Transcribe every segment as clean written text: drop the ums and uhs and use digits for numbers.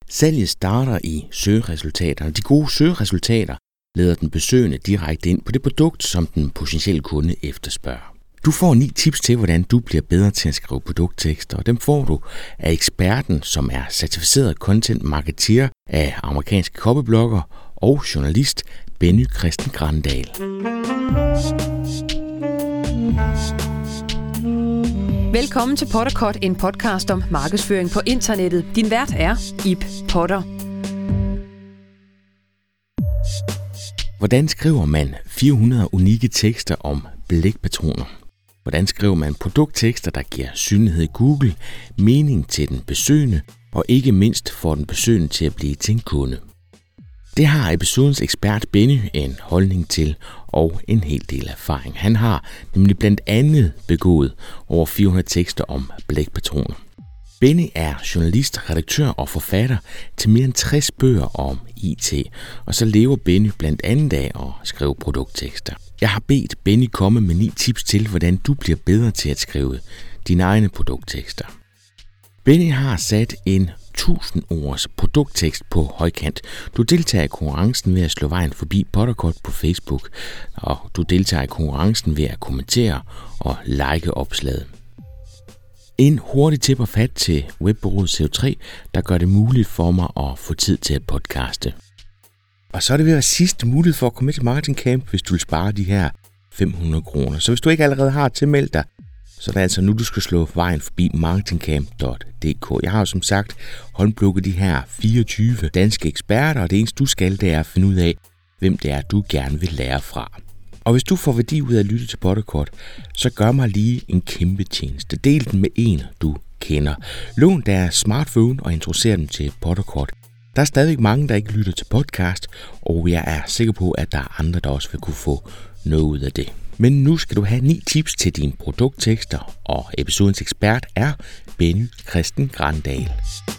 Salget starter i søgeresultaterne. De gode søgeresultater leder den besøgende direkte ind på det produkt, som den potentielle kunde efterspørger. Du får 9 tips til, hvordan du bliver bedre til at skrive produkttekster, og dem får du af eksperten, som er certificeret content marketeer af amerikanske copyblogger og journalist Benny Christen Grandal. Velkommen til Potterkort, en podcast om markedsføring på internettet. Din vært er Ib Potter. Hvordan skriver man 400 unikke tekster om blækpatroner? Hvordan skriver man produkttekster, der giver synlighed i Google, mening til den besøgende, og ikke mindst får den besøgende til at blive til en kunde? Det har episodens ekspert Benny en holdning til og en hel del erfaring. Han har nemlig blandt andet begået over 400 tekster om blækpatroner. Benny er journalist, redaktør og forfatter til mere end 60 bøger om IT, og så lever Benny blandt andet af at skrive produkttekster. Jeg har bedt Benny komme med 9 tips til, hvordan du bliver bedre til at skrive dine egne produkttekster. Benny har sat en 1000 ords produkttekst på højkant. Du deltager i konkurrencen ved at slå vejen forbi Potterkort på Facebook, og du deltager i konkurrencen ved at kommentere og like opslaget. En hurtig tip og fat til webbureauet CO3, der gør det muligt for mig at få tid til at podcaste. Og så er det ved at være sidste mulighed for at komme med til Marketing Camp, hvis du vil spare de her 500 kroner. Så hvis du ikke allerede har tilmeldt dig, så er det altså nu, du skal slå vejen forbi marketingcamp.dk. Jeg har jo som sagt håndplukket de her 24 danske eksperter, og det eneste du skal, det er at finde ud af, hvem det er, du gerne vil lære fra. Og hvis du får værdi ud af at lytte til Potterkort, så gør mig lige en kæmpe tjeneste. Del den med en, du kender. Lån deres smartphone og introducer dem til Potterkort. Der er stadig mange, der ikke lytter til podcast, og jeg er sikker på, at der er andre, der også vil kunne få noget ud af det. Men nu skal du have 9 tips til dine produkttekster, og episodens ekspert er Benny Christen Grandal.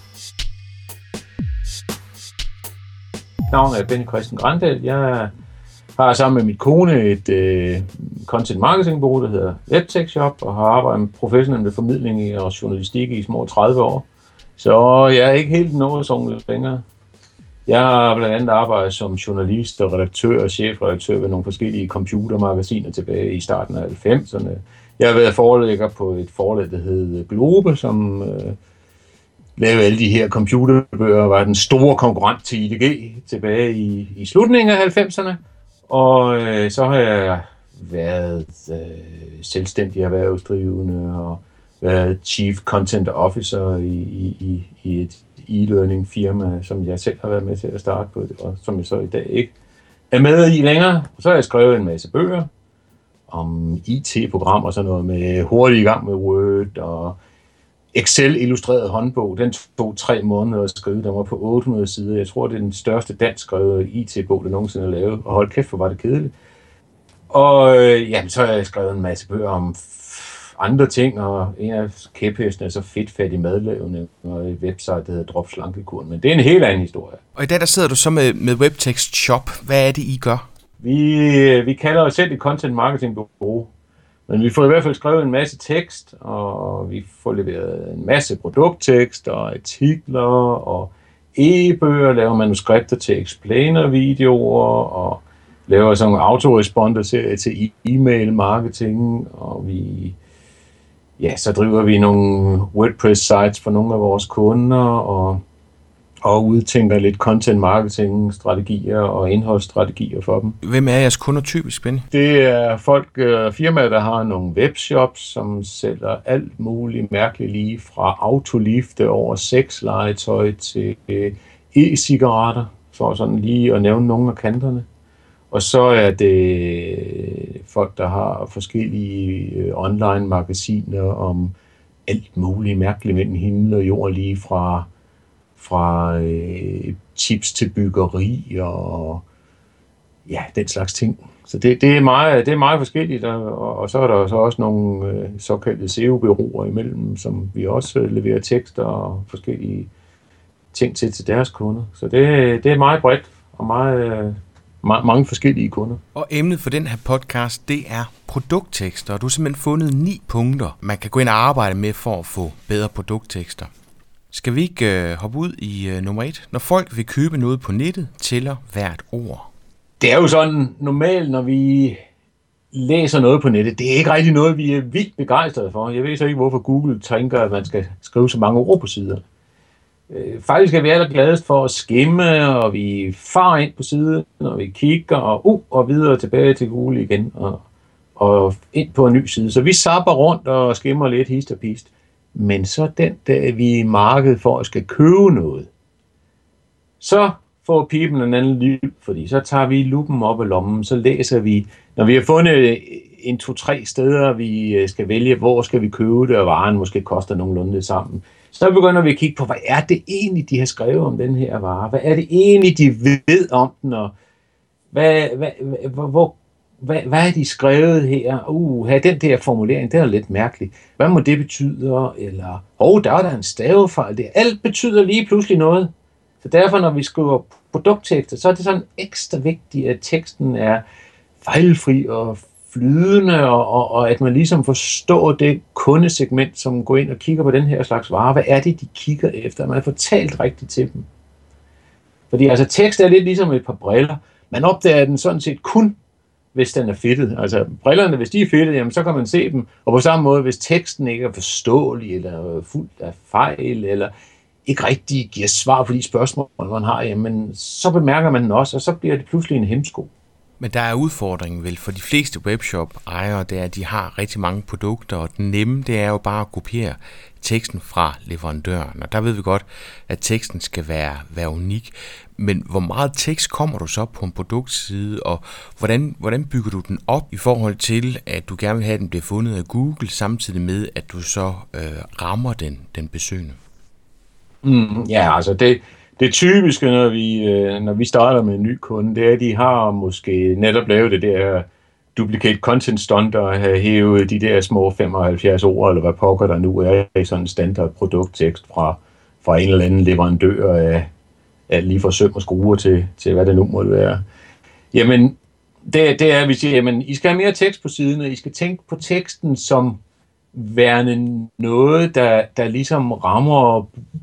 Navnet er Benny Christen Grandal. Jeg har sammen med mit kone et content marketing bureau, der hedder Webtech Shop, og har arbejdet professionelt med formidling og journalistik i små 30 år. Så jeg er ikke helt noget længere. Jeg har blandt andet arbejdet som journalist og redaktør og chefredaktør ved nogle forskellige computermagasiner tilbage i starten af 90'erne. Jeg har været forlægger på et forlag, der hed Globe, som lavede alle de her computerbøger, var den store konkurrent til IDG tilbage i slutningen af 90'erne. Og så har jeg været selvstændig erhvervsdrivende og været Chief Content Officer i et e-learning firma, som jeg selv har været med til at starte på, og som jeg så i dag ikke er med i længere. Så har jeg skrevet en masse bøger om IT-programmer og sådan noget med hurtig i gang med Word og Excel-illustreret håndbog. Den tog 3 måneder at skrive. Den var på 800 sider. Jeg tror, det er den største dansk skrevet IT-bog, der nogensinde er lavet. Og hold kæft, hvor var det kedeligt. Og så har jeg skrevet en masse bøger om andre ting, og en af kæphestene er så fedtfattig madlavende, og et website, der hedder Drop Slankekuren. Men det er en helt anden historie. Og i dag der sidder du så med Webtech Shop. Hvad er det, I gør? Vi kalder os selv et content marketing bureau. Men vi får i hvert fald skrevet en masse tekst, og vi får leveret en masse produkttekst og artikler og e-bøger, laver manuskripter til explainer-videoer og laver sådan nogle autoresponder til e-mail marketing, og så driver vi nogle WordPress-sites for nogle af vores kunder, og udtænker lidt content marketing strategier og indholdsstrategier for dem. Hvem er jeres kunder typisk, Benny? Det er firmaer, der har nogle webshops, som sælger alt muligt mærkeligt, lige fra autolifte over sexlegetøj til e-cigaretter, for sådan lige at nævne nogle af kanterne. Og så er det folk, der har forskellige online-magasiner om alt muligt mærkeligt mellem himmel og jord, lige fra tips til byggeri og den slags ting. Så det er meget forskelligt, og så er der så også nogle såkaldte SEO-bureauer imellem, som vi også leverer tekster og forskellige ting til deres kunder. Så det er meget bredt og mange forskellige kunder. Og emnet for den her podcast, det er produkttekster, og du har simpelthen fundet 9 punkter, man kan gå ind og arbejde med for at få bedre produkttekster. Skal vi ikke hoppe ud i nummer 1? Når folk vil købe noget på nettet, tæller hvert ord. Det er jo sådan normalt, når vi læser noget på nettet. Det er ikke rigtig noget, vi er vildt begejstrede for. Jeg ved så ikke, hvorfor Google tænker, at man skal skrive så mange ord på sider. Faktisk er vi alle gladest for at skimme, og vi farer ind på siden, og vi kigger, og videre tilbage til Google igen, og ind på en ny side. Så vi zapper rundt og skimmer lidt hist og pist. Men så den dag, vi er i markedet for at skal købe noget, så får pipen en anden lyd, fordi så tager vi lupen op af lommen, så læser vi, når vi har fundet 1-2-3 steder, vi skal vælge, hvor skal vi købe det, og varen måske koster nogenlunde det sammen. Så begynder vi at kigge på, hvad er det egentlig, de har skrevet om den her vare? Hvad er det egentlig, de ved om den? Og hvad er de skrevet her? Den der formulering, det er lidt mærkelig. Hvad må det betyde? Eller, der er der en stavefejl. Alt betyder lige pludselig noget. Så derfor, når vi skriver produkttekster, så er det sådan ekstra vigtigt, at teksten er fejlfri og flydende, og at man ligesom forstår det kundesegment, som går ind og kigger på den her slags varer. Hvad er det, de kigger efter? Man har fortalt rigtigt til dem. Fordi altså tekst er lidt ligesom et par briller. Man opdager den sådan set kun, hvis den er fedtet. Altså brillerne, hvis de er fedtet, jamen, så kan man se dem. Og på samme måde, hvis teksten ikke er forståelig, eller fuld af fejl, eller ikke rigtig giver svar på de spørgsmål, man har, jamen, så bemærker man den også, og så bliver det pludselig en hæmsko. Men der er udfordringen vel for de fleste webshop-ejere, det er, at de har rigtig mange produkter, og den nemme, det er jo bare at kopiere teksten fra leverandøren. Og der ved vi godt, at teksten skal være unik. Men hvor meget tekst kommer du så på en produktside, og hvordan bygger du den op i forhold til, at du gerne vil have, at den bliver fundet af Google, samtidig med, at du så rammer den besøgende? Altså det typiske, når vi starter med en ny kunde, det er, at de har måske netop lavet det der duplicate content stunt og have hævet de der små 75 ord, eller hvad pokker der nu er i sådan en standard produkttekst fra en eller anden leverandør af lige fra søm og skruer til hvad det nu måtte være. Jamen, det er, at vi siger, jamen, I skal have mere tekst på siden, og I skal tænke på teksten som værende noget, der ligesom rammer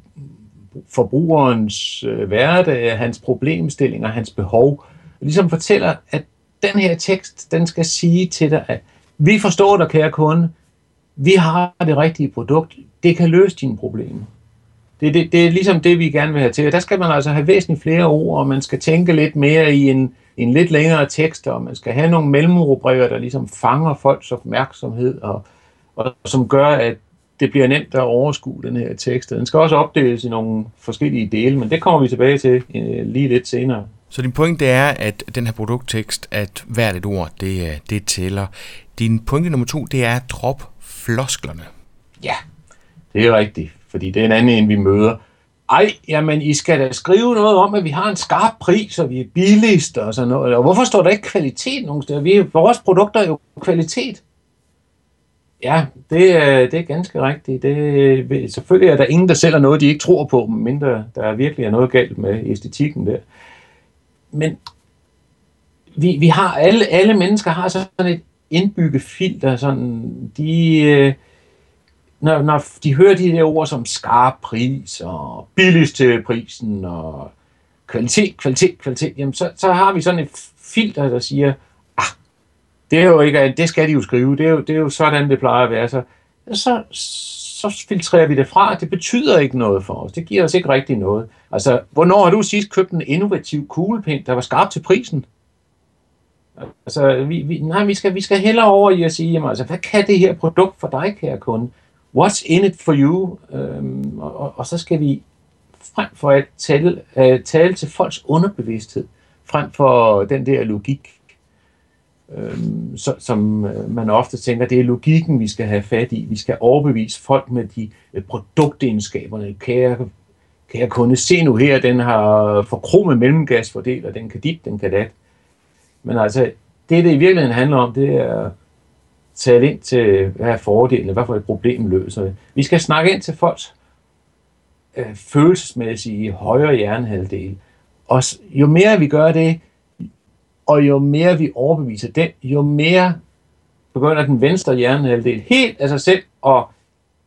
forbrugerens hverdag, hans problemstillinger, hans behov, ligesom fortæller, at den her tekst, den skal sige til dig, at vi forstår dig, kære kunde, vi har det rigtige produkt, det kan løse dine problemer. Det er ligesom det, vi gerne vil have til. Der skal man altså have væsentligt flere ord, og man skal tænke lidt mere i en lidt længere tekst, og man skal have nogle mellemrubrikker, der ligesom fanger folks opmærksomhed, og som gør, at det bliver nemt at overskue den her tekst. Den skal også opdeles i nogle forskellige dele, men det kommer vi tilbage til lige lidt senere. Så din pointe er, at den her produkttekst, at hvert et ord, det tæller. Din pointe nummer 2, det er at droppe flosklerne. Ja, det er rigtigt, fordi det er en anden en, vi møder. Jamen, I skal da skrive noget om, at vi har en skarp pris, og vi er billigst og sådan noget. Og hvorfor står der ikke kvalitet nogen steder? Vores produkter er jo kvalitet. Ja, det er ganske rigtigt. Selvfølgelig er der ingen, der sælger noget, de ikke tror på, mindre der virkelig er noget galt med æstetikken der. Men vi har alle mennesker har sådan et indbygget filter, sådan når de hører de der ord som skarp pris og billigst til prisen og kvalitet, jamen så har vi sådan et filter, der siger, det er jo ikke, det skal de jo skrive, det er jo sådan, det plejer at være. Så filtrerer vi det fra, det betyder ikke noget for os, det giver os ikke rigtig noget. Altså, hvornår har du sidst købt en innovativ kuglepen, der var skarp til prisen? Altså, vi skal hellere over i at sige, jamen, altså, hvad kan det her produkt for dig, kære kunde? What's in it for you? Og så skal vi frem for at tale til folks underbevidsthed, frem for den der logik, som man ofte tænker, det er logikken, vi skal have fat i. Vi skal overbevise folk med de produktegenskaberne. Kære kunde, se nu her, den har forkromet mellemgasfordel, og den kan dit, den kan dat. Men altså, det i virkeligheden handler om, det er tale ind til, hvad er fordelene, hvad for et problem løser. Vi skal snakke ind til folks følelsesmæssige højre hjernehalvdel. Og jo mere vi gør det, og jo mere vi overbeviser den, jo mere begynder den venstre hjernehalvdel helt af sig selv at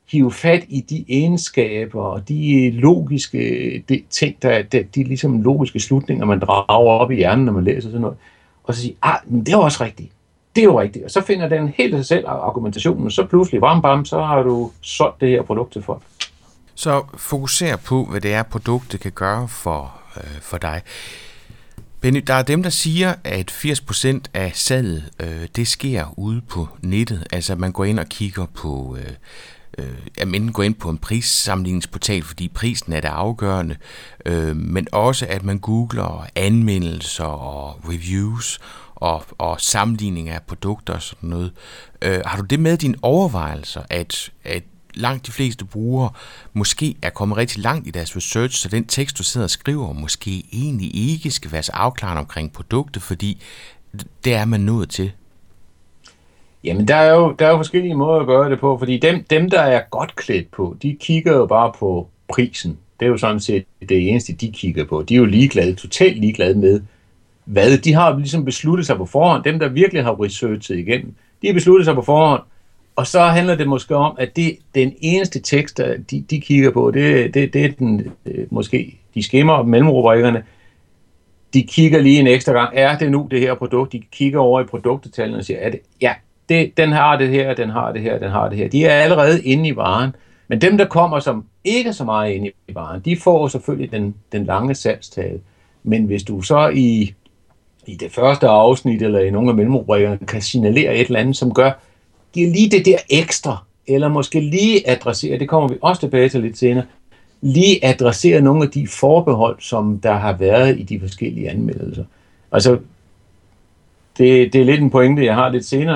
hive fat i de egenskaber og de logiske ting, de ligesom logiske slutninger, man drager op i hjernen, når man læser sådan noget, og så sige, men det er også rigtigt. Det er jo rigtigt. Og så finder den helt af sig selv argumentationen, og så pludselig, bam, så har du solgt det her produkt til folk. Så fokuser på, hvad det er, produktet kan gøre for dig. Benny, der er dem, der siger, at 80% af salget, det sker ude på nettet. Altså, man går ind og kigger på... enten gå ind på en prissammenligningsportal, fordi prisen er det afgørende, men også at man googler anmeldelser og reviews og sammenligning af produkter og sådan noget. Har du det med dine overvejelser, at langt de fleste brugere måske er kommet rigtig langt i deres research, så den tekst, du sidder og skriver, måske egentlig ikke skal være så afklarende omkring produktet, fordi det er man nået til? Jamen, der er jo forskellige måder at gøre det på, fordi dem, der er godt klædt på, de kigger jo bare på prisen. Det er jo sådan set det eneste, de kigger på. De er jo totalt ligeglade med, hvad de har ligesom besluttet sig på forhånd. Dem, der virkelig har researchet igennem, de har besluttet sig på forhånd, og så handler det måske om, at den eneste tekst, de kigger på, det er den, måske de skimmer mellemrubrikkerne. De kigger lige en ekstra gang, er det nu det her produkt? De kigger over i produktdetallene og siger, er det, ja, den har det her, den har det her, den har det her. De er allerede inde i varen, men dem, der kommer som ikke er så meget inde i varen, de får selvfølgelig den lange salgstale. Men hvis du så i det første afsnit, eller i nogle af mellemrubrikkerne, kan signalere et eller andet, som giver lige det der ekstra, eller måske lige adressere, det kommer vi også tilbage til lidt senere, lige adressere nogle af de forbehold, som der har været i de forskellige anmeldelser. Altså, det er lidt en pointe, jeg har lidt senere.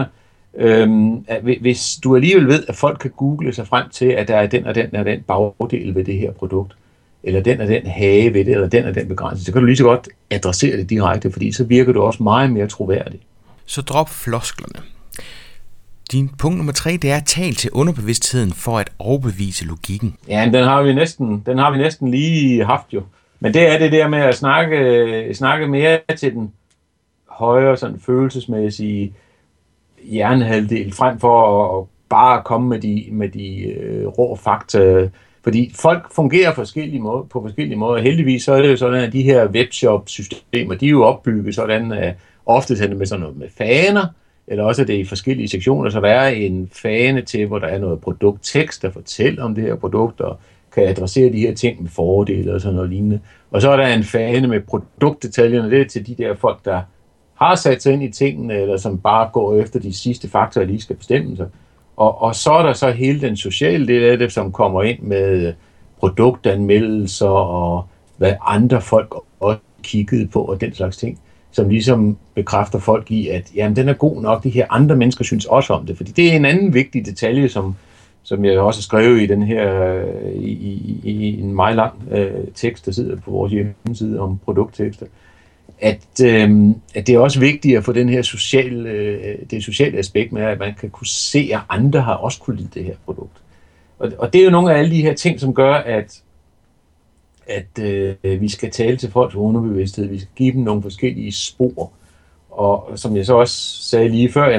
Hvis du alligevel ved, at folk kan google sig frem til, at der er den og den og den bagdel ved det her produkt, eller den og den hage ved det, eller den og den begrænsning, så kan du lige så godt adressere det direkte, fordi så virker du også meget mere troværdig. Så drop flosklerne. Din punkt nummer 3, det er at tale til underbevidstheden for at overbevise logikken. Ja, den har vi næsten lige haft jo. Men det er det der med at snakke mere til den højere sådan følelsesmæssige hjernehalvdel, frem for at bare komme med de rå fakta. Fordi folk fungerer på forskellige måder. Heldigvis så er det jo sådan, at de her webshop-systemer, de er jo opbygget sådan, at ofte er det med sådan noget med faner, eller også er det i forskellige sektioner, så der er en fane til, hvor der er noget produkttekst, der fortæller om det her produkt, og kan adressere de her ting med fordele og sådan noget lignende. Og så er der en fane med produktdetaljerne, det er til de der folk, der har sat sig ind i tingene, eller som bare går efter de sidste faktorer, lige skal bestemme sig. Og så er der så hele den sociale del af det, som kommer ind med produktanmeldelser, og hvad andre folk også kiggede på, og den slags ting, som ligesom bekræfter folk i, at jamen, den er god nok, de her andre mennesker synes også om det. Fordi det er en anden vigtig detalje, som jeg også har skrevet i den her, i en meget lang tekst, der sidder på vores hjemmeside om produkttekster, at det er også vigtigt at få den her det sociale aspekt med, at man kan kunne se, at andre har også kunne lide det her produkt. Og det er jo nogle af alle de her ting, som gør, at vi skal tale til folks underbevidsthed, vi skal give dem nogle forskellige spor. Og som jeg så også sagde lige før,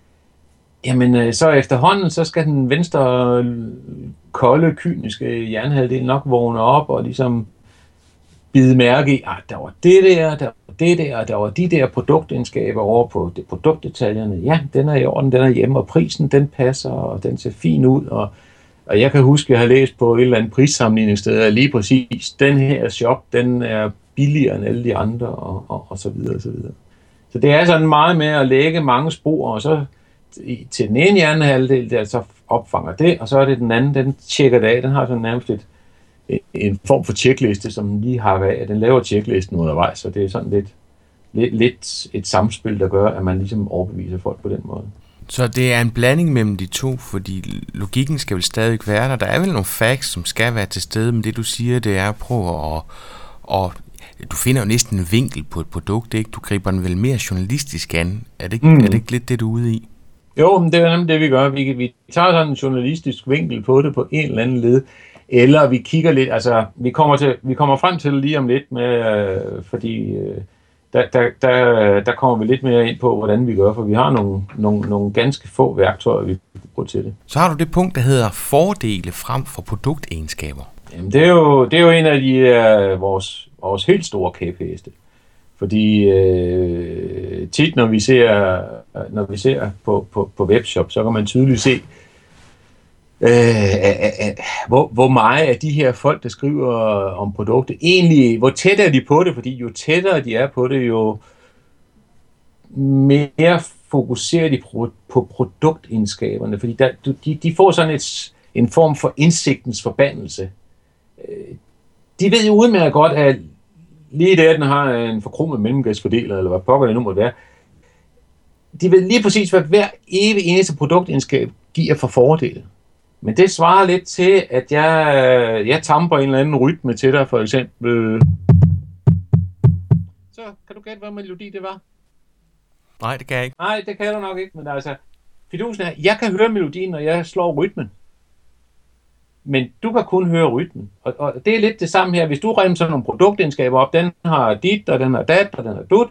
så efterhånden, så skal den venstre kolde, kyniske hjernehalvdel nok vågne op og ligesom bide mærke i, at der var det der, der var de der produktegenskaber over på produktdetaljerne. Ja, den er i orden, den er hjemme, og prisen, den passer, og den ser fin ud. Og jeg kan huske, at jeg har læst på et eller andet prissammenligningssted, at lige præcis den her shop, den er billigere end alle de andre, og så videre, og så videre. Så det er sådan meget med at lægge mange spor, og så til den ene hjernehalvdel, der så opfanger det, og så er det den anden, den tjekker det af, den har sådan nærmest en form for checkliste, som den lige hakker af, den laver checklisten undervejs, så det er sådan lidt et samspil, der gør, at man ligesom overbeviser folk på den måde. Så det er en blanding mellem de to, fordi logikken skal vel stadig være der. Der er vel nogle facts, som skal være til stede, men det du siger, det er at prøve at du finder jo næsten en vinkel på et produkt, ikke? Du griber den vel mere journalistisk an. Er det ikke lidt det, du er ude i? Jo, men det er nemlig det, vi gør. Vi tager sådan en journalistisk vinkel på det på en eller anden led, eller vi kigger lidt, altså vi kommer frem til lige om lidt med, fordi der kommer vi lidt mere ind på, hvordan vi gør, for vi har nogle ganske få værktøjer, vi bruger til det. Så har du det punkt, der hedder fordele frem for produktegenskaber. Jamen, det er jo en af de vores helt store kæpheste. Fordi tit, når vi ser på webshop, så kan man tydeligt se, hvor meget af de her folk, der skriver om produktet, egentlig, hvor tæt er de på det, fordi jo tættere de er på det, jo mere fokuserer de på produktegenskaberne, fordi de får sådan en form for indsigtens forbandelse. De ved jo udmærket godt, at lige der, den har en forkromet mellemgræsfordeler, eller hvad pokker det nu måtte være, de ved lige præcis, hvad hver evig eneste produktegenskab giver for fordele. Men det svarer lidt til, at jeg tamper en eller anden rytme til dig, for eksempel. Så kan du gætte, hvad melodi det var? Nej, det kan jeg ikke. Nej, det kan du nok ikke, men altså, fidusen er, jeg kan høre melodien, når jeg slår rytmen. Men du kan kun høre rytmen. Og det er lidt det samme her. Hvis du remser nogle produktegenskaber op, den har dit, og den har dat, og den har dut.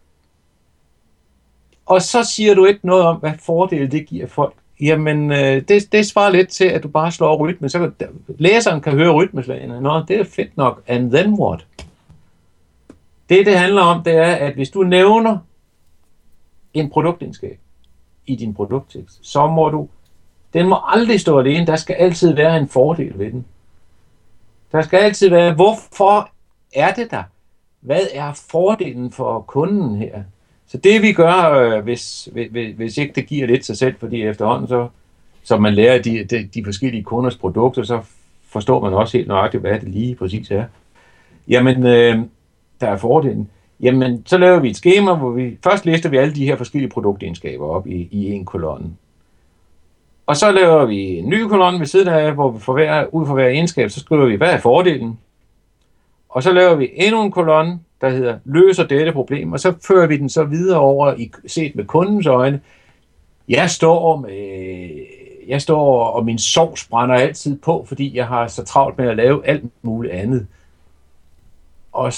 Og så siger du ikke noget om, hvad fordele det giver folk. Jamen, det svarer lidt til, at du bare slår rytmen. Så læseren kan høre rytmeslagene. Nå, det er fedt nok. And then what? Det handler om, det er, at hvis du nævner en produktegenskab i din produkttekst, så må den må aldrig stå alene. Der skal altid være en fordel ved den. Der skal altid være, hvorfor er det der? Hvad er fordelen for kunden her? Så det vi gør, hvis ikke det giver lidt sig selv, fordi efterhånden, så man lærer de forskellige kunders produkter, så forstår man også helt nøjagtigt, hvad det lige præcis er. Jamen, der er fordelen. Jamen, så laver vi et skema, hvor vi først lister vi alle de her forskellige produktegenskaber op i en kolonne. Og så laver vi en ny kolonne ved siden af, hvor vi ud for hver egenskab, så skriver vi, hvad er fordelen? Og så laver vi endnu en kolonne, der hedder, løser dette problem, og så fører vi den så videre over, set med kundens øjne. Jeg står og min sovs brænder altid på, fordi jeg har så travlt med at lave alt muligt andet. Og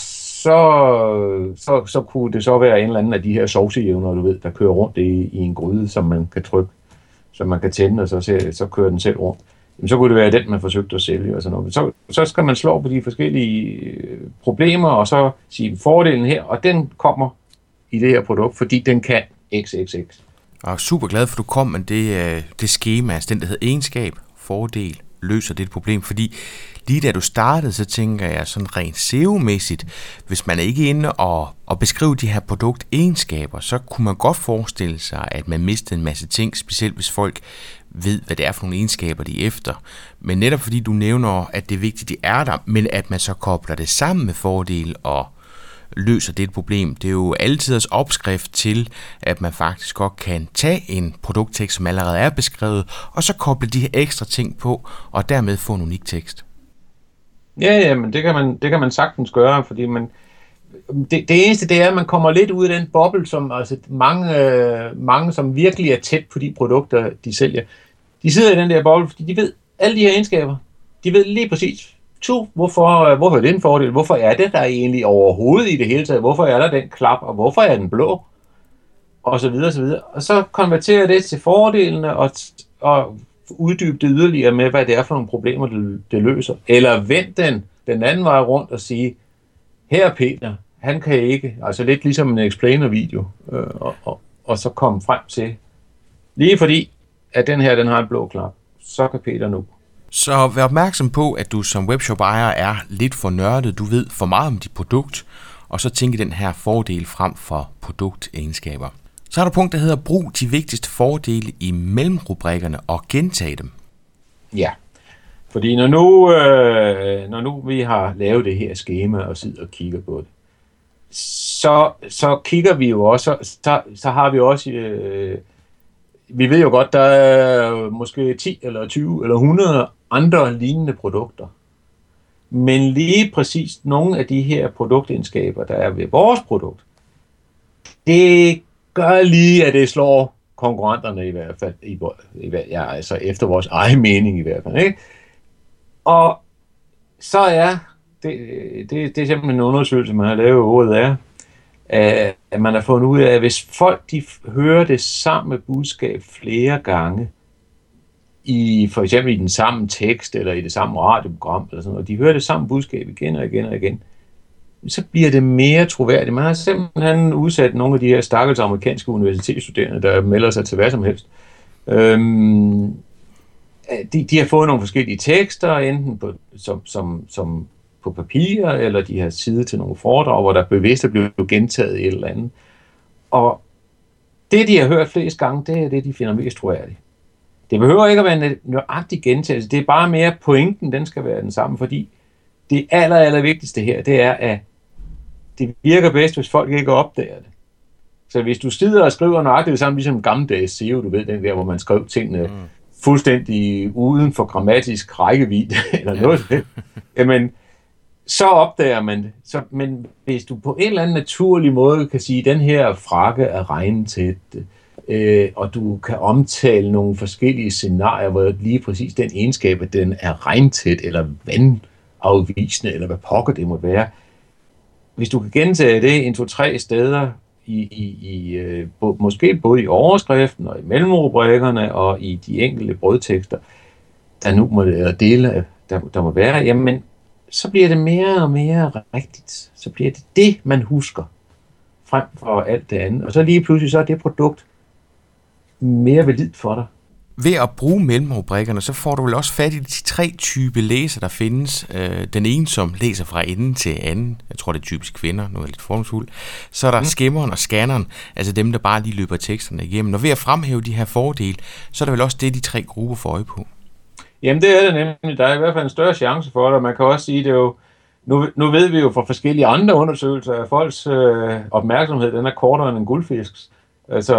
så kunne det så være en eller anden af de her sovsejævner, du ved, der kører rundt i en gryde, som man kan trykke, som man kan tænde, og så kører den selv rundt. Jamen, så kunne det være den, man forsøgte at sælge og sådan noget. Så skal man slå på de forskellige problemer, og så sige fordelen her, og den kommer i det her produkt, fordi den kan XXX. Jeg er super glad for, at du kom med det skema, altså den, der hedder egenskab, fordel, løser det problem, fordi lige da du startede, så tænker jeg sådan rent SEO-mæssigt, hvis man er ikke inde og beskrive de her produktegenskaber, så kunne man godt forestille sig, at man mistede en masse ting, specielt hvis folk ved, hvad det er for nogle egenskaber, de er efter. Men netop fordi du nævner, at det er vigtigt, de er der, men at man så kobler det sammen med fordel og løser det et problem. Det er jo altid opskrift til, at man faktisk godt kan tage en produkttekst, som allerede er beskrevet, og så koble de her ekstra ting på, og dermed få en unik tekst. Ja, men det kan man sagtens gøre, fordi det eneste det er, at man kommer lidt ud af den boble, som altså mange som virkelig er tæt på de produkter, de sælger. De sidder i den der boble, fordi de ved alle de her egenskaber. De ved lige præcis, hvorfor er det en fordel? Hvorfor er det der egentlig overhovedet i det hele taget? Hvorfor er der den klap, og hvorfor er den blå? Og så videre, så videre. Og så konverterer det til fordelene, og uddybe det yderligere med, hvad det er for nogle problemer, det løser. Eller vend den anden vej rundt og sige, her Peter, han kan ikke, altså lidt ligesom en explainer-video, og så komme frem til, lige fordi, at den her, den har en blå klap, så kan Peter nu. Så vær opmærksom på, at du som webshop-ejer er lidt for nørdet, du ved for meget om dit produkt, og så tænke den her fordel frem for produktegenskaber. Så er der punkt, der hedder, brug de vigtigste fordele i mellemrubrikkerne og gentage dem. Ja, fordi når nu vi har lavet det her skema og sidder og kigger på det, så kigger vi jo også, så har vi også, vi ved jo godt, der er måske 10 eller 20 eller 100 andre lignende produkter. Men lige præcis nogle af de her produktegenskaber, der er ved vores produkt, det gør lige, at det slår konkurrenterne i hvert fald, altså efter vores egen mening i hvert fald, ikke? Og så er det er simpelthen en undersøgelse, man har lavet, ordet er, at man har fundet ud af, at hvis folk de hører det samme budskab flere gange, for eksempel i den samme tekst, eller i det samme radioprogram, eller sådan noget, og de hører det samme budskab igen og igen og igen, så bliver det mere troværdigt. Man har simpelthen udsat nogle af de her stakkels amerikanske universitetsstuderende, der melder sig til hvad som helst. De har fået nogle forskellige tekster, enten på, som på papir, eller de har siddet til nogle foredrag, hvor der bevidst er blevet gentaget et eller andet. Og det, de har hørt flest gange, det er det, de finder mest troværdigt. Det behøver ikke at være en nøjagtig gentagelse. Det er bare mere pointen, den skal være den samme, fordi det aller vigtigste her, det er, at det virker bedst, hvis folk ikke opdager det. Så hvis du sidder og skriver nøjagtigt det samme, ligesom gammeldags SEO, du ved, den der, hvor man skrev tingene fuldstændig uden for grammatisk rækkevidde, eller noget af det, jamen, så opdager man det. Men hvis du på en eller anden naturlig måde kan sige, at den her frakke er regntæt, og du kan omtale nogle forskellige scenarier, hvor lige præcis den egenskab, at den er regntæt, eller vandafvisende, eller hvad pokker det må være. Hvis du kan gentage det 1-2-3 steder, måske både i overskriften, og i mellemrubrikkerne, og i de enkelte brødtekster, der nu må det dele, der må være, jamen, så bliver det mere og mere rigtigt. Så bliver det, man husker, frem for alt det andet. Og så lige pludselig, så er det produkt mere validt for dig. Ved at bruge mellemrubrikkerne, så får du vel også fat i de 3 typer læser, der findes. Den ene, som læser fra ende til anden. Jeg tror, det er typisk kvinder, nu er jeg lidt fordomsfuld. Så er der skimmeren og scanneren, altså dem, der bare lige løber teksterne igennem. Og ved at fremhæve de her fordele, så er der vel også det, de 3 grupper får øje på. Jamen det er det nemlig. Der er i hvert fald en større chance for det. Man kan også sige, det er jo, nu ved vi jo fra forskellige andre undersøgelser, at folks opmærksomhed, den er kortere end en guldfisks. Så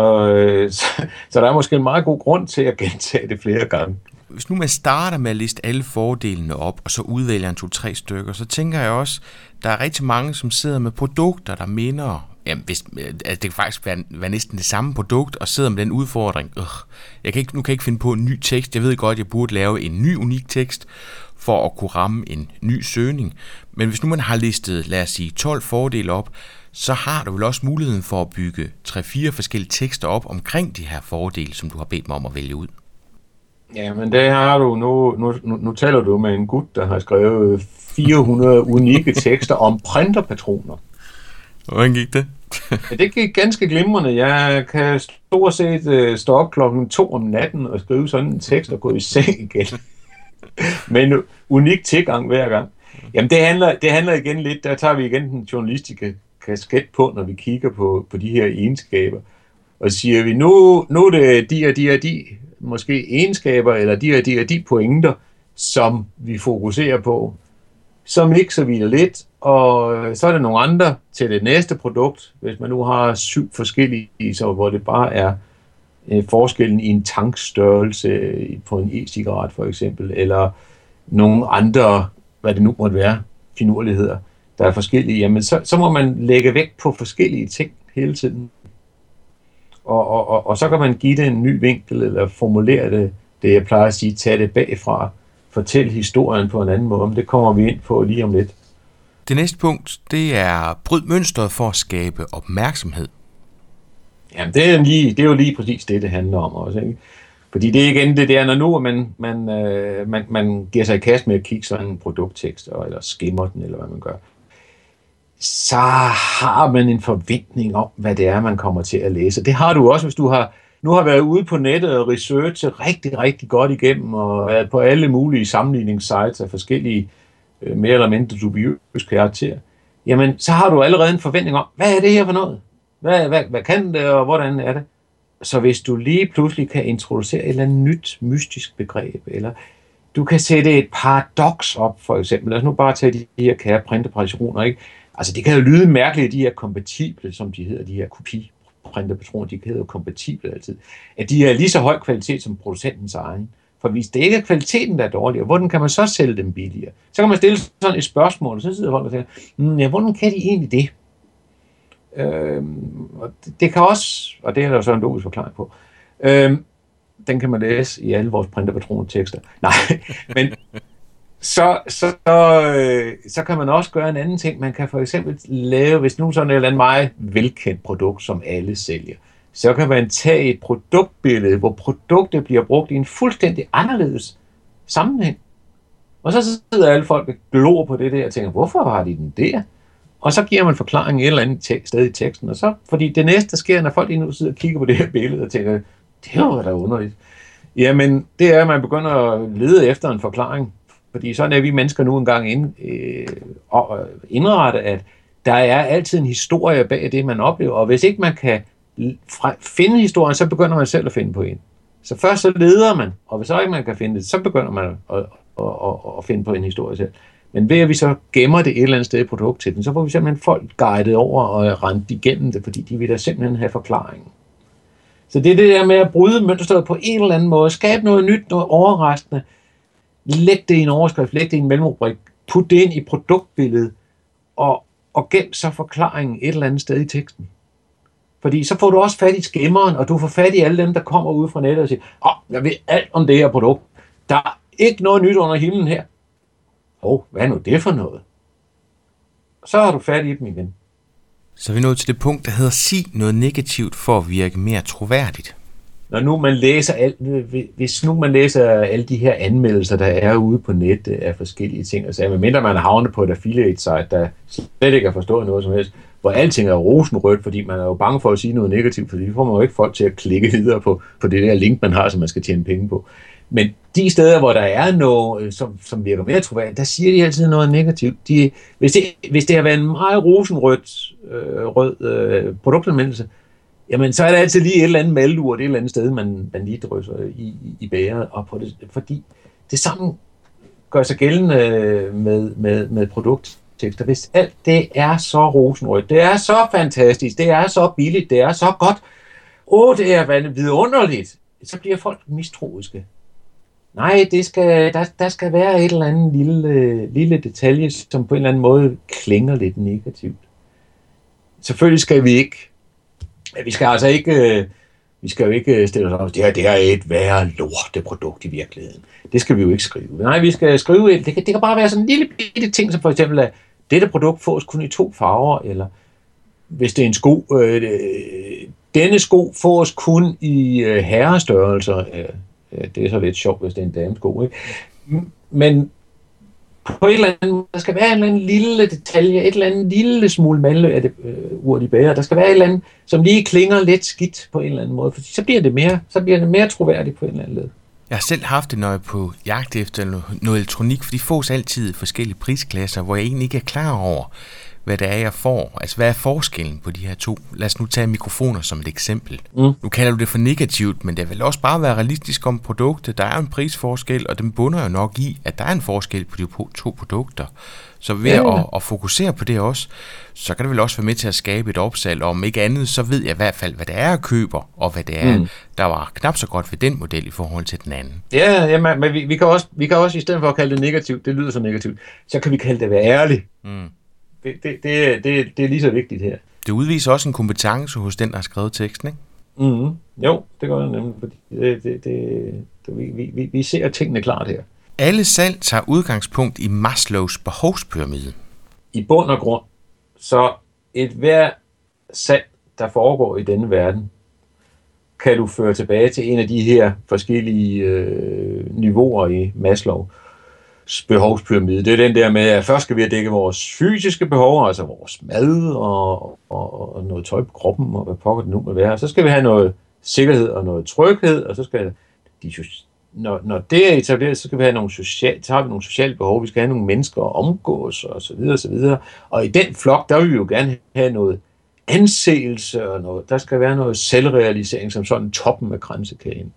der er måske en meget god grund til at gentage det flere gange. Hvis nu man starter med at liste alle fordelene op, og så udvælger en 2-3 stykker, så tænker jeg også, der er rigtig mange, som sidder med produkter, der minder. Jamen, det kan faktisk være næsten det samme produkt, og sidder med den udfordring. Nu kan jeg ikke finde på en ny tekst. Jeg ved godt, jeg burde lave en ny unik tekst, for at kunne ramme en ny søgning. Men hvis nu man har listet, lad os sige, 12 fordele op, så har du vel også muligheden for at bygge 3-4 forskellige tekster op omkring de her fordele, som du har bedt mig om at vælge ud. Ja, men det har du. Nu taler du med en gut, der har skrevet 400 unikke tekster om printerpatroner. Hvordan gik det? Ja, det gik ganske glimrende. Jeg kan stort set stå op 2:00 om natten og skrive sådan en tekst og gå i seng igen. Med en unik tilgang hver gang. Jamen det handler igen lidt, der tager vi igen den journalistiske kasket på, når vi kigger på de her egenskaber. Og siger vi, nu er det de og de måske egenskaber, eller de og de pointer, som vi fokuserer på. Så mixer vi det lidt, og så er der nogle andre til det næste produkt, hvis man nu har 7 forskellige, så hvor det bare er forskellen i en tankstørrelse på en e-cigaret for eksempel, eller nogle andre, hvad det nu måtte være, finurligheder, der er forskellige, jamen så må man lægge vægt på forskellige ting hele tiden. Og så kan man give det en ny vinkel, eller formulere det jeg plejer at sige, tage det bagfra, fortælle historien på en anden måde, men det kommer vi ind på lige om lidt. Det næste punkt, det er bryd mønstret for at skabe opmærksomhed. Jamen, det er jo lige præcis det handler om også, ikke? Fordi det er igen det der, når nu man giver sig i kast med at kigge sådan en produkttekst, eller skimmer den, eller hvad man gør, så har man en forventning om, hvad det er, man kommer til at læse. Det har du også, hvis du har været ude på nettet og researchet rigtig, rigtig godt igennem, og været på alle mulige sammenligningssites af forskellige mere eller mindre dubiøse karakterer. Jamen, så har du allerede en forventning om, hvad er det her for noget? Hvad kan det, og hvordan er det? Så hvis du lige pludselig kan introducere et eller andet nyt mystisk begreb, eller du kan sætte et paradoks op, for eksempel. Lad os nu bare tage de her kære printerpatroner, ikke? Altså, det kan jo lyde mærkeligt, de her kompatible, som de hedder, de her kopiprinterpatroner, de hedder jo kompatible altid, at de er lige så høj kvalitet som producentens egen. For hvis det ikke er kvaliteten, der er dårligere, hvordan kan man så sælge dem billigere? Så kan man stille sådan et spørgsmål, og så sidder folk og siger, hvordan kan de egentlig det? Og det kan også, og det er der så en logisk forklaring på, den kan man læse i alle vores printerpatroner-tekster. Nej, så kan man også gøre en anden ting. Man kan for eksempel lave, hvis nu sådan et eller andet meget velkendt produkt, som alle sælger, så kan man tage et produktbillede, hvor produktet bliver brugt i en fuldstændig anderledes sammenhæng. Og så sidder alle folk og glor på det der og tænker, hvorfor har de den der? Og så giver man forklaringen et eller andet sted i teksten. Og så, fordi det næste, der sker, når folk lige nu sidder og kigger på det her billede og tænker, det var da underligt. Jamen, det er, at man begynder at lede efter en forklaring. Fordi sådan er vi mennesker nu engang indrettet, at der er altid en historie bag det, man oplever. Og hvis ikke man kan finde historien, så begynder man selv at finde på en. Så først så leder man, og hvis så ikke man kan finde det, så begynder man at finde på en historie selv. Men ved at vi så gemmer det et eller andet sted i produkttitlen, så får vi simpelthen folk guidet over og rendt igennem det, fordi de vil da simpelthen have forklaringen. Så det er det der med at bryde mønstret på en eller anden måde, skabe noget nyt, noget overraskende, læg det i en overskrift, læg det i en mellemrubrik, put det ind i produktbilledet, og gem så forklaringen et eller andet sted i teksten. Fordi så får du også fat i skemmeren, og du får fat i alle dem, der kommer ud fra nettet og siger, jeg ved alt om det her produkt. Der er ikke noget nyt under himlen her. Hvad er nu det for noget? Så har du fat i dem igen. Så er vi nået til det punkt, der hedder sig noget negativt for at virke mere troværdigt. Når nu man læser hvis nu man læser alle de her anmeldelser, der er ude på nettet af forskellige ting, og så medmindre man havner på et affiliate-site, der slet ikke har forstået noget som helst, hvor alting er rosenrødt, fordi man er jo bange for at sige noget negativt, fordi det får man jo ikke folk til at klikke videre på det der link, man har, som man skal tjene penge på. Men de steder, hvor der er noget, som virker mere troværdigt, der siger de altid noget negativt. Hvis det har været en meget rosenrød produktanmeldelse, jamen så er der altid lige et eller andet maldur, det er et eller andet sted, man lige drysser i bæret op på det. Fordi det samme gør sig gældende med produkttekster. Hvis alt det er så rosenrødt, det er så fantastisk, det er så billigt, det er så godt, det er vidunderligt, så bliver folk mistroiske. Nej, der skal være et eller andet lille detalje, som på en eller anden måde klinger lidt negativt. Selvfølgelig skal vi ikke. Vi skal jo ikke stille os op, det er et værre lorteprodukt i virkeligheden. Det skal vi jo ikke skrive. Nej, vi skal skrive, det kan bare være sådan en lille bitte ting, som for eksempel, at dette produkt fås kun i 2 farver, eller hvis det er en sko, denne sko fås kun i herrestørrelser. Det er så lidt sjovt, hvis det er en damesko, ikke? Men på et eller andet, der skal være en eller anden lille detalje, et eller andet lille smule mandlurt i bæret. Der skal være et eller andet, som lige klinger lidt skidt på en eller anden måde, for så bliver det mere troværdigt på en eller anden led. Jeg har selv haft det, når jeg er på jagt efter noget elektronik, for de fås altid forskellige prisklasser, hvor jeg egentlig ikke er klar over, hvad det er, jeg får. Altså, hvad er forskellen på de her to? Lad os nu tage mikrofoner som et eksempel. Nu kalder du det for negativt, men det vil også bare være realistisk om produktet. Der er en prisforskel, og den bunder jo nok i, at der er en forskel på de 2 produkter. Så ved at fokusere på det også, så kan det vel også være med til at skabe et opsalg. Og om ikke andet, så ved jeg i hvert fald, hvad det er, jeg køber, og hvad det er, der var knap så godt ved den model i forhold til den anden. Ja, men vi kan også i stedet for at kalde det negativt, det lyder så negativt, så kan vi kalde det at være ærlig. Det er lige så vigtigt her. Det udviser også en kompetence hos den, der har skrevet teksten, ikke? Jo, det gør det nemlig. Fordi vi ser tingene klart her. Alle salg tager udgangspunkt i Maslows behovspyramide. I bund og grund, så et hver salg, der foregår i denne verden, kan du føre tilbage til en af de her forskellige niveauer i Maslows behovspyramide. Det er den der med, at først skal vi have dækket vores fysiske behov, altså vores mad og noget tøj på kroppen, og hvad pokker det nu må være. Så skal vi have noget sikkerhed og noget tryghed, og så skal når det er etableret, så skal vi have nogle sociale behov, vi skal have nogle mennesker at omgås, og så videre, og så videre. Og i den flok, der vil vi jo gerne have noget anseelse, og noget, der skal være noget selvrealisering, som sådan toppen af kransekæden.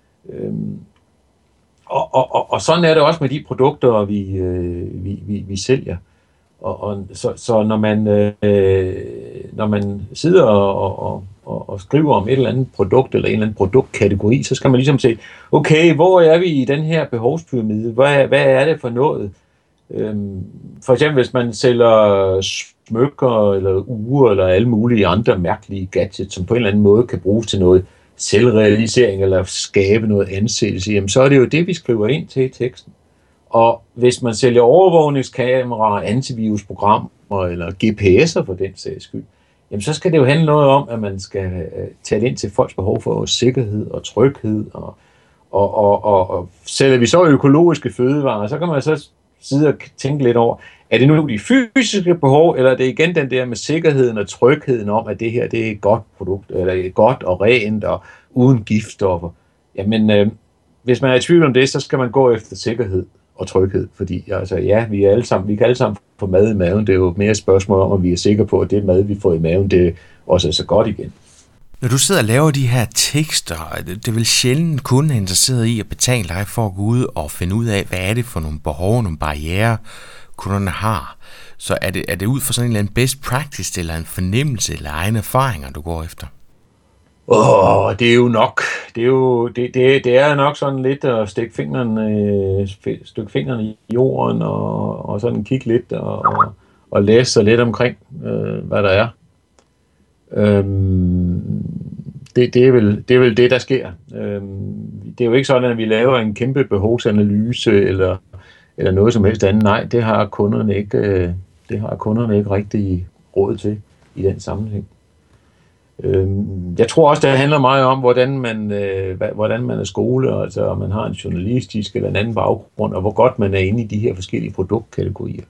Og sådan er det også med de produkter, vi sælger. Så når man sidder og skriver om et eller andet produkt eller en eller anden produktkategori, så skal man ligesom se, okay, hvor er vi i den her behovspyramide? Hvad er det for noget? For eksempel, hvis man sælger smykker eller ure eller alle mulige andre mærkelige gadgets, som på en eller anden måde kan bruges til noget selvrealisering eller skabe noget anseelse, jamen så er det jo det, vi skriver ind til i teksten. Og hvis man sælger overvågningskameraer, antivirusprogrammer eller GPS'er for den sags skyld, jamen så skal det jo handle noget om, at man skal tale ind til folks behov for sikkerhed og tryghed. Og sælger vi så økologiske fødevarer, så kan man så sidde og tænke lidt over, er det nu de fysiske behov, eller er det igen den der med sikkerheden og trygheden om, at det her det er et godt produkt, eller godt og rent og uden giftstoffer. Jamen, hvis man er i tvivl om det, så skal man gå efter sikkerhed og tryghed, fordi altså, ja, vi kan alle sammen få mad i maven. Det er jo mere et spørgsmål om, at vi er sikre på, at det mad, vi får i maven, det også er så godt igen. Når du sidder og laver de her tekster, det er vel sjældent kun er interesseret i at betale dig for at gå ud og finde ud af, hvad er det for nogle behov, nogle barrierer, kunderne har. Så er det ud fra sådan en eller anden best practice, eller en fornemmelse, eller egne erfaringer, du går efter? Det er jo nok. Det er nok sådan lidt at stikke fingrene i jorden og sådan kigge lidt og læse sig lidt omkring, hvad der er. Det er vel det, der sker. Det er jo ikke sådan, at vi laver en kæmpe behovsanalyse eller noget som helst andet. Nej, det har kunderne ikke rigtig råd til i den sammenhæng. Jeg tror også, det handler meget om, hvordan man er skole, altså om man har en journalistisk eller en anden baggrund, og hvor godt man er inde i de her forskellige produktkategorier.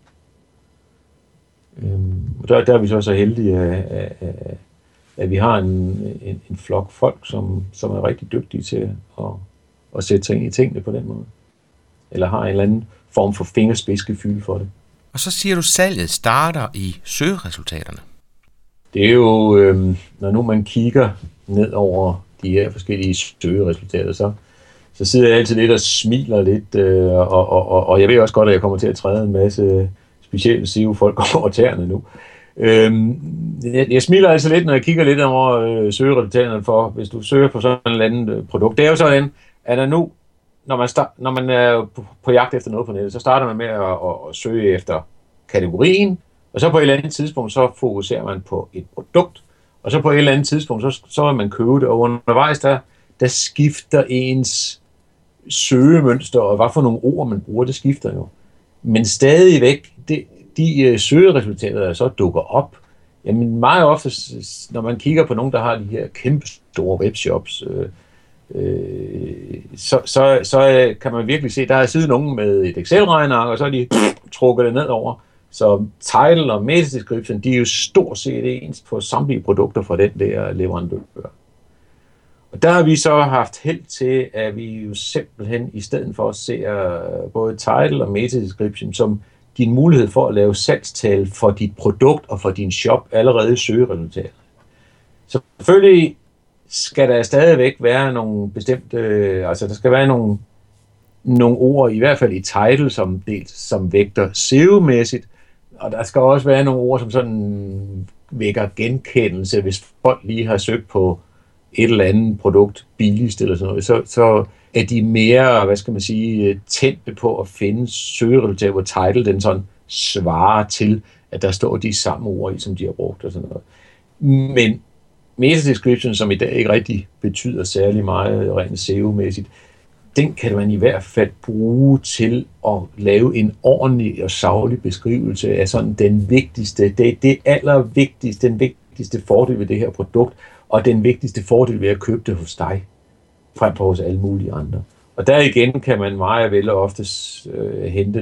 Der er vi så heldige, at vi har en flok folk, som er rigtig dygtige til at sætte sig ind i tingene på den måde. Eller har en eller anden form for fingerspidsgefylde for det. Og så siger du, at salget starter i søgeresultaterne. Det er jo, når nu man kigger ned over de her forskellige søgeresultater, så sidder jeg altid lidt og smiler lidt, og jeg ved også godt, at jeg kommer til at træde en masse specielle SEO-folk over tæerne nu. Jeg smiler altså lidt, når jeg kigger lidt over søgeresultaterne for, hvis du søger på sådan et eller andet produkt. Det er jo sådan, at der nu, når man er på jagt efter noget på nettet, så starter man med at søge efter kategorien, og så på et eller andet tidspunkt, så fokuserer man på et produkt, og så på et eller andet tidspunkt, så vil man købe det, og undervejs der skifter ens søgemønster, og hvad for nogle ord man bruger, det skifter jo. Men stadigvæk, de søgeresultater, der så dukker op, jamen meget ofte, når man kigger på nogen, der har de her kæmpe store webshops, så kan man virkelig se, der er siddet nogen med et Excel-regneark, og så er de trukket det ned over. Så title og meta description, de er jo stort set ens på samtlige produkter fra den der leverandør. Og der har vi så haft held til, at vi jo simpelthen i stedet for at se både title og meta description som din mulighed for at lave salgstal for dit produkt og for din shop allerede i søgeresultater. Så selvfølgelig skal der stadigvæk være nogle bestemte, altså der skal være nogle ord, i hvert fald i title, som vægter SEO-mæssigt, og der skal også være nogle ord, som sådan vækker genkendelse, hvis folk lige har søgt på et eller andet produkt billigst eller sådan noget, så er de mere, hvad skal man sige, tændte på at finde søgeresultater, hvor title den sådan svarer til, at der står de samme ord i, som de har brugt og sådan noget. Men meta description, som i dag ikke rigtig betyder særlig meget rent SEO-mæssigt, den kan man i hvert fald bruge til at lave en ordentlig og saglig beskrivelse af sådan den vigtigste, det allervigtigste, den vigtigste fordel ved det her produkt, og den vigtigste fordel ved at købe det hos dig, frem for hos alle mulige andre. Og der igen kan man meget vel oftest hente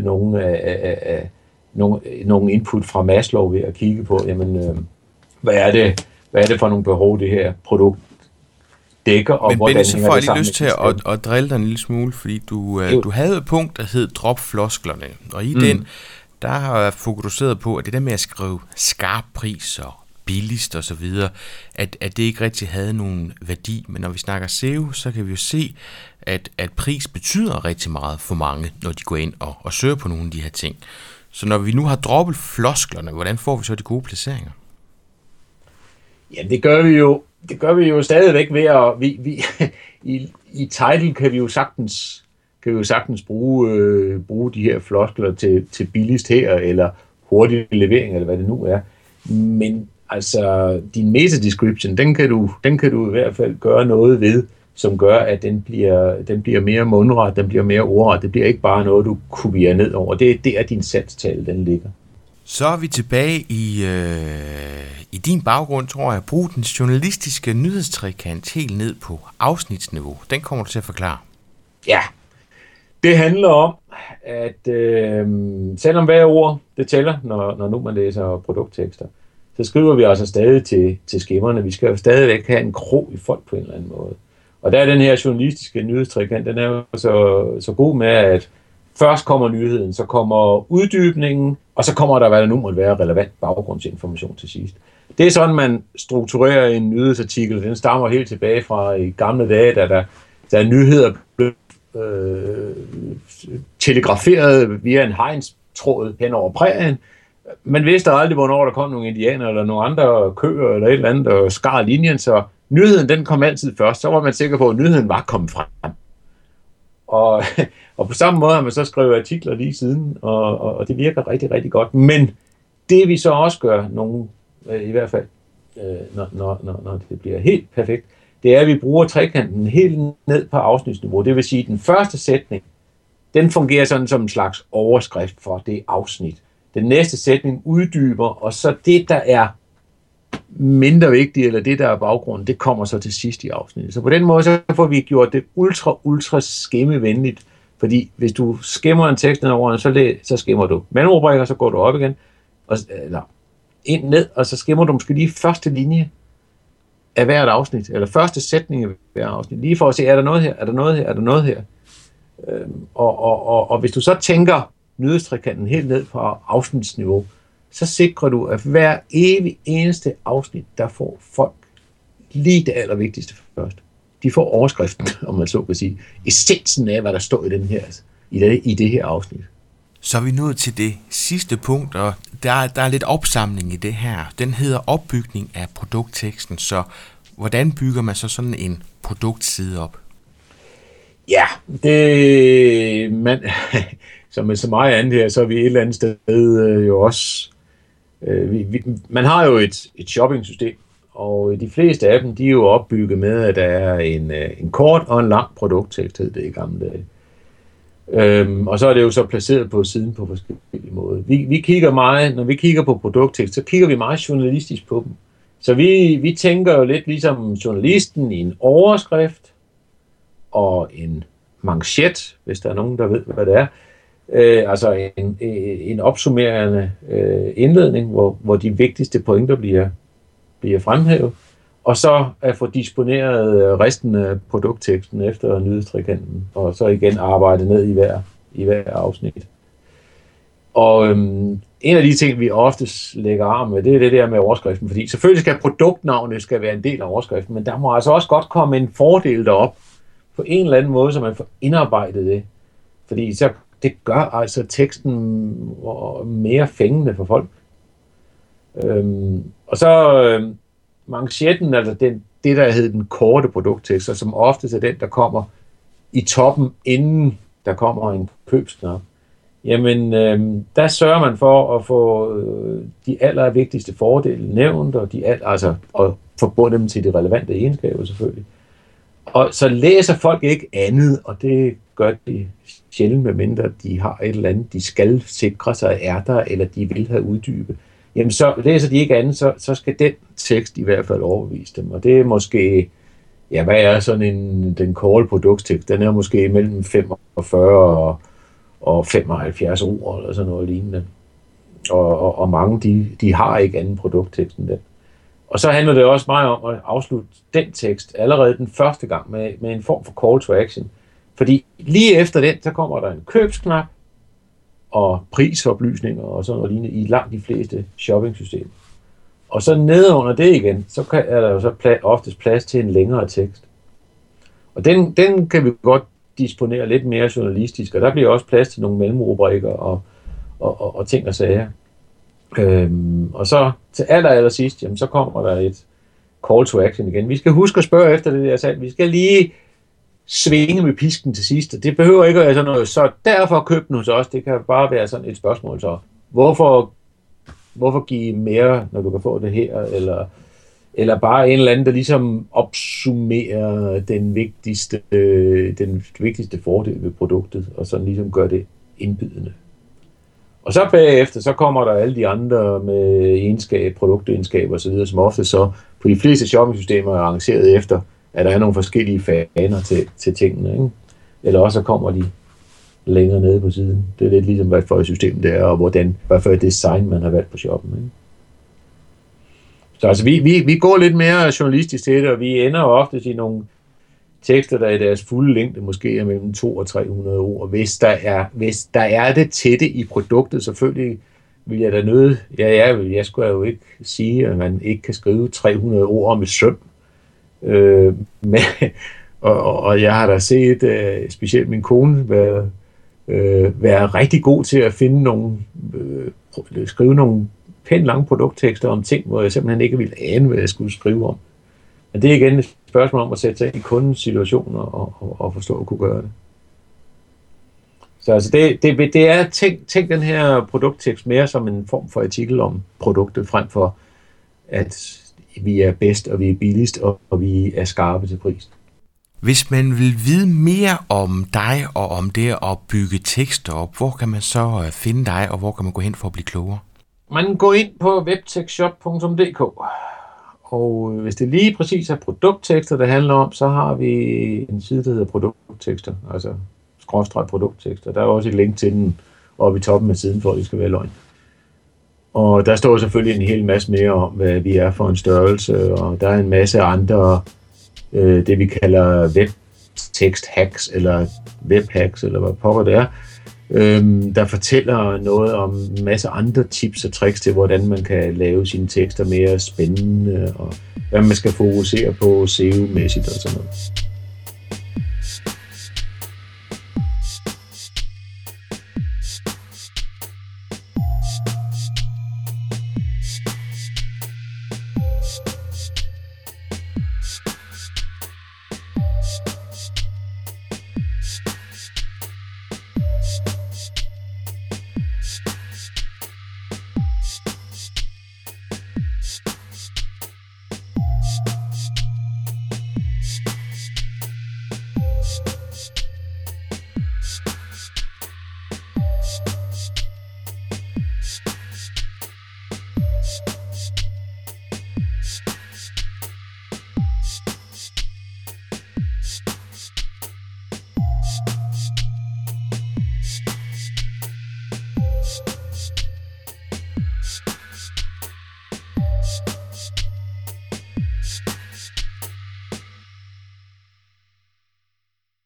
nogle input fra Maslow ved at kigge på, jamen, hvad er det for nogle behov, det her produkt dækker, og hvordan hænger det sammen. Men Benny, så får jeg lige lyst til at drille dig en lille smule, fordi du havde et punkt, der hed drop flosklerne, og i den, der har jeg fokuseret på, at det der med at skrive skarp pris og billigst og så videre, at det ikke rigtig havde nogen værdi, men når vi snakker SEO, så kan vi jo se, at pris betyder rigtig meget for mange, når de går ind og søger på nogle af de her ting. Så når vi nu har droppet flosklerne, hvordan får vi så de gode placeringer? Ja, det gør vi jo stadigvæk ved at i title kan vi jo sagtens bruge de her floskler til billigst her eller hurtig levering eller hvad det nu er. Men altså din meta description, den kan du i hvert fald gøre noget ved som gør, at den bliver mere mundret, den bliver mere ordret. Det bliver ikke bare noget, du kopierer ned over. Det er der, din salgstale den ligger. Så er vi tilbage i din baggrund, tror jeg, brug den journalistiske nyhedstrekant helt ned på afsnitsniveau. Den kommer du til at forklare. Ja, det handler om, at selvom hver ord det tæller, når nu man læser produkttekster, så skriver vi altså stadig til skemaerne. Vi skal jo stadigvæk have en krog i folk på en eller anden måde. Og der er den her journalistiske nyhedstrekant, den er jo så god med, at først kommer nyheden, så kommer uddybningen, og så kommer der, hvad der nu måtte være, relevant baggrundsinformation til sidst. Det er sådan, man strukturerer en nyhedsartikel. Den stammer helt tilbage fra i gamle dage, da nyheder blev telegraferet via en hegnstråd hen over prærien. Man vidste aldrig, hvornår der kom nogle indianer eller nogle andre køer eller et eller andet, og skar linjen, så nyheden den kom altid først. Så var man sikker på, at nyheden var kommet frem. Og på samme måde har man så skrevet artikler lige siden, og det virker rigtig, rigtig godt. Men det vi så også gør, i hvert fald, når det bliver helt perfekt, det er, at vi bruger trekanten helt ned på afsnitsniveau. Det vil sige, at den første sætning, den fungerer sådan som en slags overskrift for det afsnit. Den næste sætning uddyber, og så det, der er mindre vigtigt, eller det, der er baggrunden, det kommer så til sidst i afsnittet. Så på den måde, så får vi gjort det ultra skemmevenligt, fordi hvis du skimmer en tekst ned over, så skimmer du mellemrubrikker, så går du op igen, eller ind ned, og så skimmer du måske lige første linje af hvert afsnit, eller første sætning af hvert afsnit, lige for at se, er der noget her, er der noget her, er der noget her. Og hvis du så tænker nyhedstrekanten helt ned på afsnitsniveau, så sikrer du, at hver evig eneste afsnit, der får folk lige det allervigtigste først. De får overskriften, om man så kan sige, essensen af, hvad der står i det her afsnit. Så er vi nået til det sidste punkt, og der er lidt opsamling i det her. Den hedder opbygning af produktteksten, så hvordan bygger man så sådan en produktside op? Ja, som med så meget andet her, så er vi et eller andet sted jo også. Man har jo et shopping-system, og de fleste af dem, de er jo opbygget med, at der er en kort og en lang produkttekst, hed det i gamle dage. Og så er det jo så placeret på siden på forskellige måder. Vi kigger meget, når vi kigger på produkttekst, så kigger vi meget journalistisk på dem. Så vi tænker jo lidt ligesom journalisten i en overskrift og en manchet, hvis der er nogen, der ved, hvad det er. Altså en opsummerende indledning, hvor de vigtigste pointer bliver fremhævet, og så at få disponeret resten af produktteksten efter nyhedstrekanten, og så igen arbejde ned i hver afsnit. Og en af de ting, vi oftest lægger arm med, det er det der med overskriften, fordi selvfølgelig skal produktnavnet være en del af overskriften, men der må altså også godt komme en fordel derop på en eller anden måde, så man får indarbejdet det. Fordi så det gør altså teksten mere fængende for folk. Og så manchetten, altså det der hedder den korte produkttekst, som oftest er den, der kommer i toppen, inden der kommer en købsknap. Jamen, der sørger man for at få de allervigtigste fordele nævnt, og forbunde dem til de relevante egenskaber selvfølgelig. Og så læser folk ikke andet, og det gør de sjældent, medmindre de har et eller andet, de skal sikre sig er der, eller de vil have uddybet. Jamen så læser de ikke andet, så skal den tekst i hvert fald overbevise dem. Og det er måske, ja, hvad er sådan den korte produkttekst? Den er måske mellem 45 og 75 ord, eller sådan noget lignende. Og mange, de har ikke anden produkttekst end den. Og så handler det også meget om at afslutte den tekst allerede den første gang med en form for call to action. Fordi lige efter den, så kommer der en købsknap og prisoplysninger og sådan noget lignende i langt de fleste shoppingsystemer. Og så nedenunder det igen, så er der jo så oftest plads til en længere tekst. Og den kan vi godt disponere lidt mere journalistisk, og der bliver også plads til nogle mellemrubrikker og ting og sager. Og så til allersidst, jamen, så kommer der et call to action igen. Vi skal huske at spørge efter det der salg. Vi skal lige svinge med pisken til sidst. Det behøver ikke at være sådan noget, så derfor køb den hos os. Det kan bare være sådan et spørgsmål så. Hvorfor give mere, når du kan få det her? eller bare en eller anden, der ligesom opsummerer den vigtigste fordel ved produktet, og sådan ligesom gør det indbydende. Og så bagefter, så kommer der alle de andre med produktegenskaber osv., som ofte så på de fleste shoppingsystemer er arrangeret efter, at der er nogle forskellige faner til tingene, ikke? Eller også kommer de længere nede på siden. Det er lidt ligesom, hvad for et system det er, og hvad for et design man har valgt på shoppen, ikke? Så altså, vi går lidt mere journalistisk til det, og vi ender ofte i nogle tekster, der i deres fulde længde måske er mellem 200 og 300 ord. Hvis der er det til det i produktet, selvfølgelig vil jeg da nødt. Jeg skulle jo ikke sige, at man ikke kan skrive 300 ord om et søm. Og jeg har da set, specielt min kone, være rigtig god til at finde skrive nogle pænt lange produkttekster om ting, hvor jeg simpelthen ikke ville ane, hvad jeg skulle skrive om. Men det er igen et spørgsmål om at sætte sig ind i kundens situationer og forstå at kunne gøre det. Så altså det er tænk den her produkttekst mere som en form for artikel om produktet, frem for at vi er bedst, og vi er billigst, og vi er skarpe til prisen. Hvis man vil vide mere om dig og om det at bygge tekster op, hvor kan man så finde dig, og hvor kan man gå hen for at blive klogere? Man går ind på webtexshop.dk, og hvis det lige præcis er produkttekster, det handler om, så har vi en side, der hedder produkttekster, altså /produkttekster. Der er også et link til den oppe i toppen af siden, for at det skal være løgn. Og der står selvfølgelig en hel masse mere om, hvad vi er for en størrelse, og der er en masse andre, det vi kalder webtekst-hacks, eller webhacks, eller hvad pokker det er, der fortæller noget om en masse andre tips og tricks til, hvordan man kan lave sine tekster mere spændende, og hvad man skal fokusere på SEO-mæssigt og sådan noget.